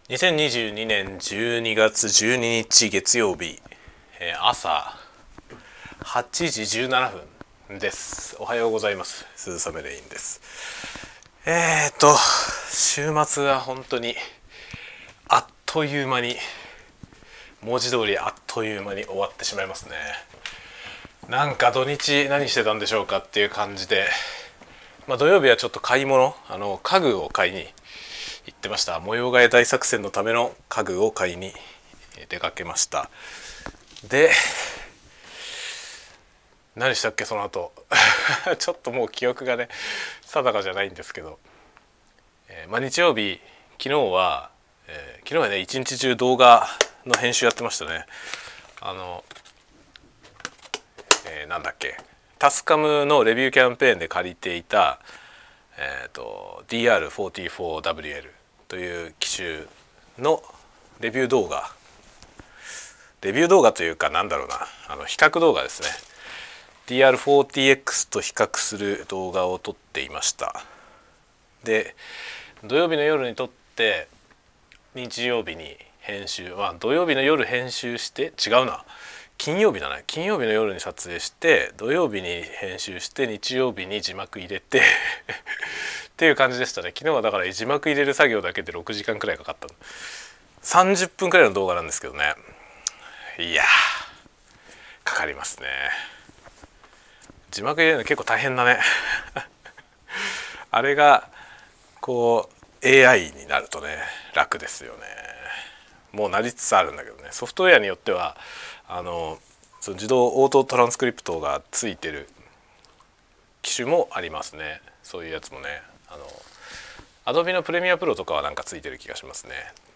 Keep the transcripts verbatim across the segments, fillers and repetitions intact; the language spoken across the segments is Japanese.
にせんにじゅうにねんじゅうにがつじゅうににち月曜日、えー朝はちじじゅうななふんです。おはようございます。鈴雨レインです。えーと週末は本当にあっという間に、文字通りあっという間に終わってしまいますね。なんか土日何してたんでしょうかっていう感じで、まあ、土曜日はちょっと買い物、あの家具を買いに行ってました。模様替え大作戦のための家具を買いに出かけました。で何したっけその後ちょっともう記憶がね定かじゃないんですけど、えーまあ、日曜日昨日は、えー昨日はね一日中動画の編集やってましたね。あの、えーなんだっけタスカムのレビューキャンペーンで借りていた、えーと ディーアールフォーティーフォーダブリューエル という機種のレビュー動画レビュー動画というかなんだろうなあの比較動画ですね。 ディーアールフォーティーエックス と比較する動画を撮っていました。で土曜日の夜に撮って日曜日に編集、まあ土曜日の夜編集して違うな金曜日だね金曜日の夜に撮影して土曜日に編集して日曜日に字幕入れてっていう感じでしたね。昨日はだから字幕入れる作業だけでろくじかんくらいかかったの。さんじゅっぷんくらいの動画なんですけどね。いやーかかりますね。字幕入れるの結構大変だねあれがこう エーアイ になるとね楽ですよね。もうなりつつあるんだけどね。ソフトウェアによってはあのその自動オートトランスクリプトがついてる機種もありますね。そういうやつもね、あの Adobe のプレミアプロとかはなんかついてる気がしますね。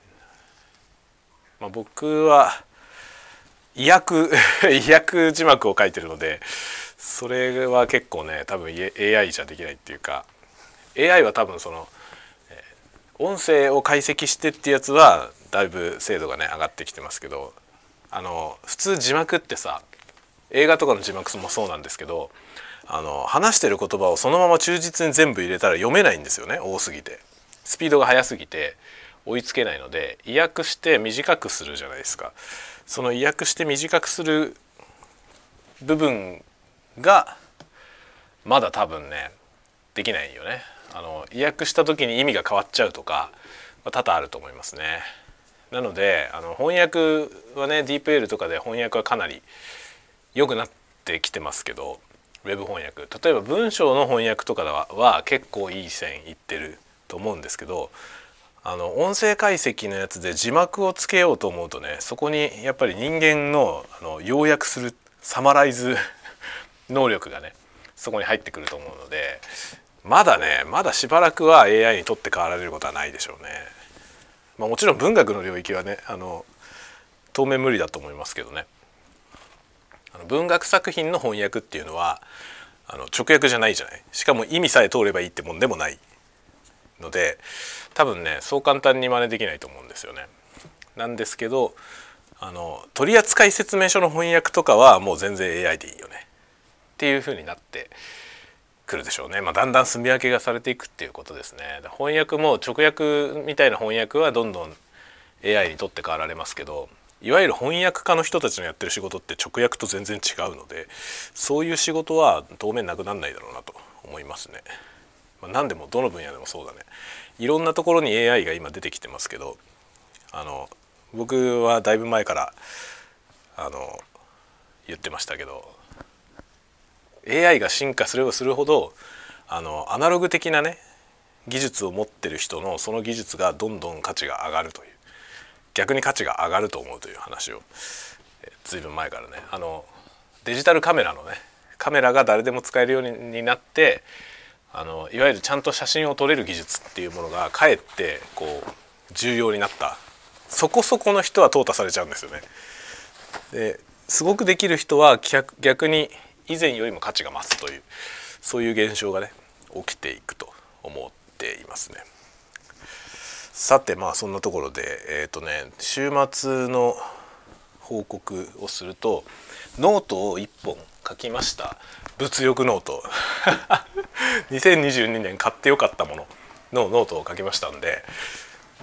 まあ、僕は意訳意訳字幕を書いてるのでそれは結構ね多分 エーアイ じゃできないっていうか、 エーアイ は多分その音声を解析してってやつはだいぶ精度がね上がってきてますけど、あの普通字幕ってさ、映画とかの字幕もそうなんですけど、あの話してる言葉をそのまま忠実に全部入れたら読めないんですよね。多すぎてスピードが速すぎて追いつけないので、意訳して短くするじゃないですか。その意訳して短くする部分がまだ多分ねできないよね。あの意訳した時に意味が変わっちゃうとか多々あると思いますね。なのであの翻訳はね ディープエル とかで翻訳はかなり良くなってきてますけど、ウェブ翻訳例えば文章の翻訳とかはは結構いい線いってると思うんですけど、あの音声解析のやつで字幕をつけようと思うとね、そこにやっぱり人間の、あの要約するサマライズ能力がねそこに入ってくると思うので、まだねまだしばらくは エーアイ にとって代わられることはないでしょうね。まあ、もちろん文学の領域はねあの当面無理だと思いますけどね。あの文学作品の翻訳っていうのはあの直訳じゃないじゃない。しかも意味さえ通ればいいってもんでもないので、多分ねそう簡単に真似できないと思うんですよね。なんですけどあの取扱説明書の翻訳とかはもう全然 エーアイ でいいよねっていう風になってくるでしょうね。まあ、だんだん住み分けがされていくっていうことですね。翻訳も直訳みたいな翻訳はどんどん エーアイ にとって変わられますけど、いわゆる翻訳家の人たちのやってる仕事って直訳と全然違うので、そういう仕事は当面なくならないだろうなと思いますね。まあ、何でもどの分野でもそうだね。いろんなところに エーアイ が今出てきてますけど、あの僕はだいぶ前からあの言ってましたけど、エーアイ が進化すればするほどあのアナログ的なね技術を持ってる人のその技術がどんどん価値が上がるという、逆に価値が上がると思うという話をずいぶん前からね、あのデジタルカメラのねカメラが誰でも使えるようになって、あのいわゆるちゃんと写真を撮れる技術っていうものがかえってこう重要になった。そこそこの人は淘汰されちゃうんですよね。ですごくできる人は逆に以前よりも価値が増すという、そういう現象がね起きていくと思っていますね。さてまあそんなところでえっとね週末の報告をすると、ノートをいっぽん書きました。物欲ノートにせんにじゅうにねん買ってよかったもののノートを書きましたんで、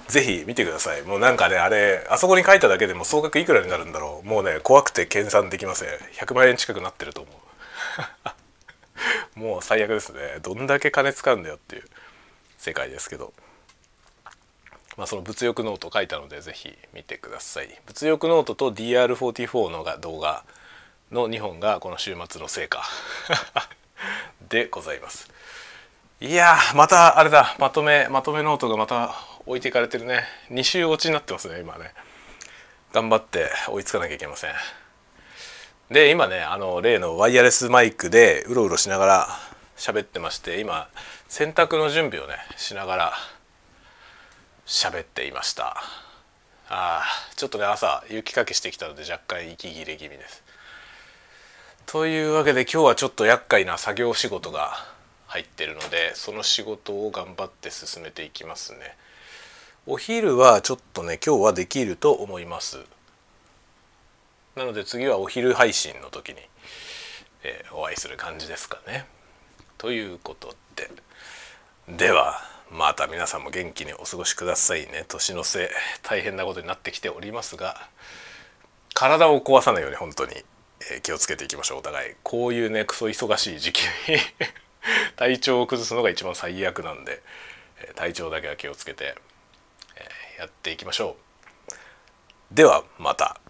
ぜひ見てください。もうなんかね、あれあそこに書いただけでも総額いくらになるんだろう。もうね怖くて計算できません。ひゃくまん円近くなってると思う。もう最悪ですね。どんだけ金使うんだよっていう世界ですけど、まあ、その物欲ノート書いたのでぜひ見てください。物欲ノートと ディーアールフォーティーフォー のが動画のにほんがこの週末の成果でございます。いやーまたあれだ、まとめまとめノートがまた置いていかれてるね。に週落ちになってますね今ね。頑張って追いつかなきゃいけません。で今ねあの例のワイヤレスマイクでうろうろしながら喋ってまして、今洗濯の準備をねしながら喋っていました。あーちょっとね朝雪かけしてきたので若干息切れ気味です。というわけで今日はちょっと厄介な作業仕事が入ってるので、その仕事を頑張って進めていきますね。お昼はちょっとね今日はできると思います。なので次はお昼配信の時に、えー、お会いする感じですかね。ということで、ではまた皆さんも元気にお過ごしくださいね。年の瀬大変なことになってきておりますが、体を壊さないように本当に気をつけていきましょう。お互いこういうねクソ忙しい時期に体調を崩すのが一番最悪なんで、体調だけは気をつけてやっていきましょう。ではまた。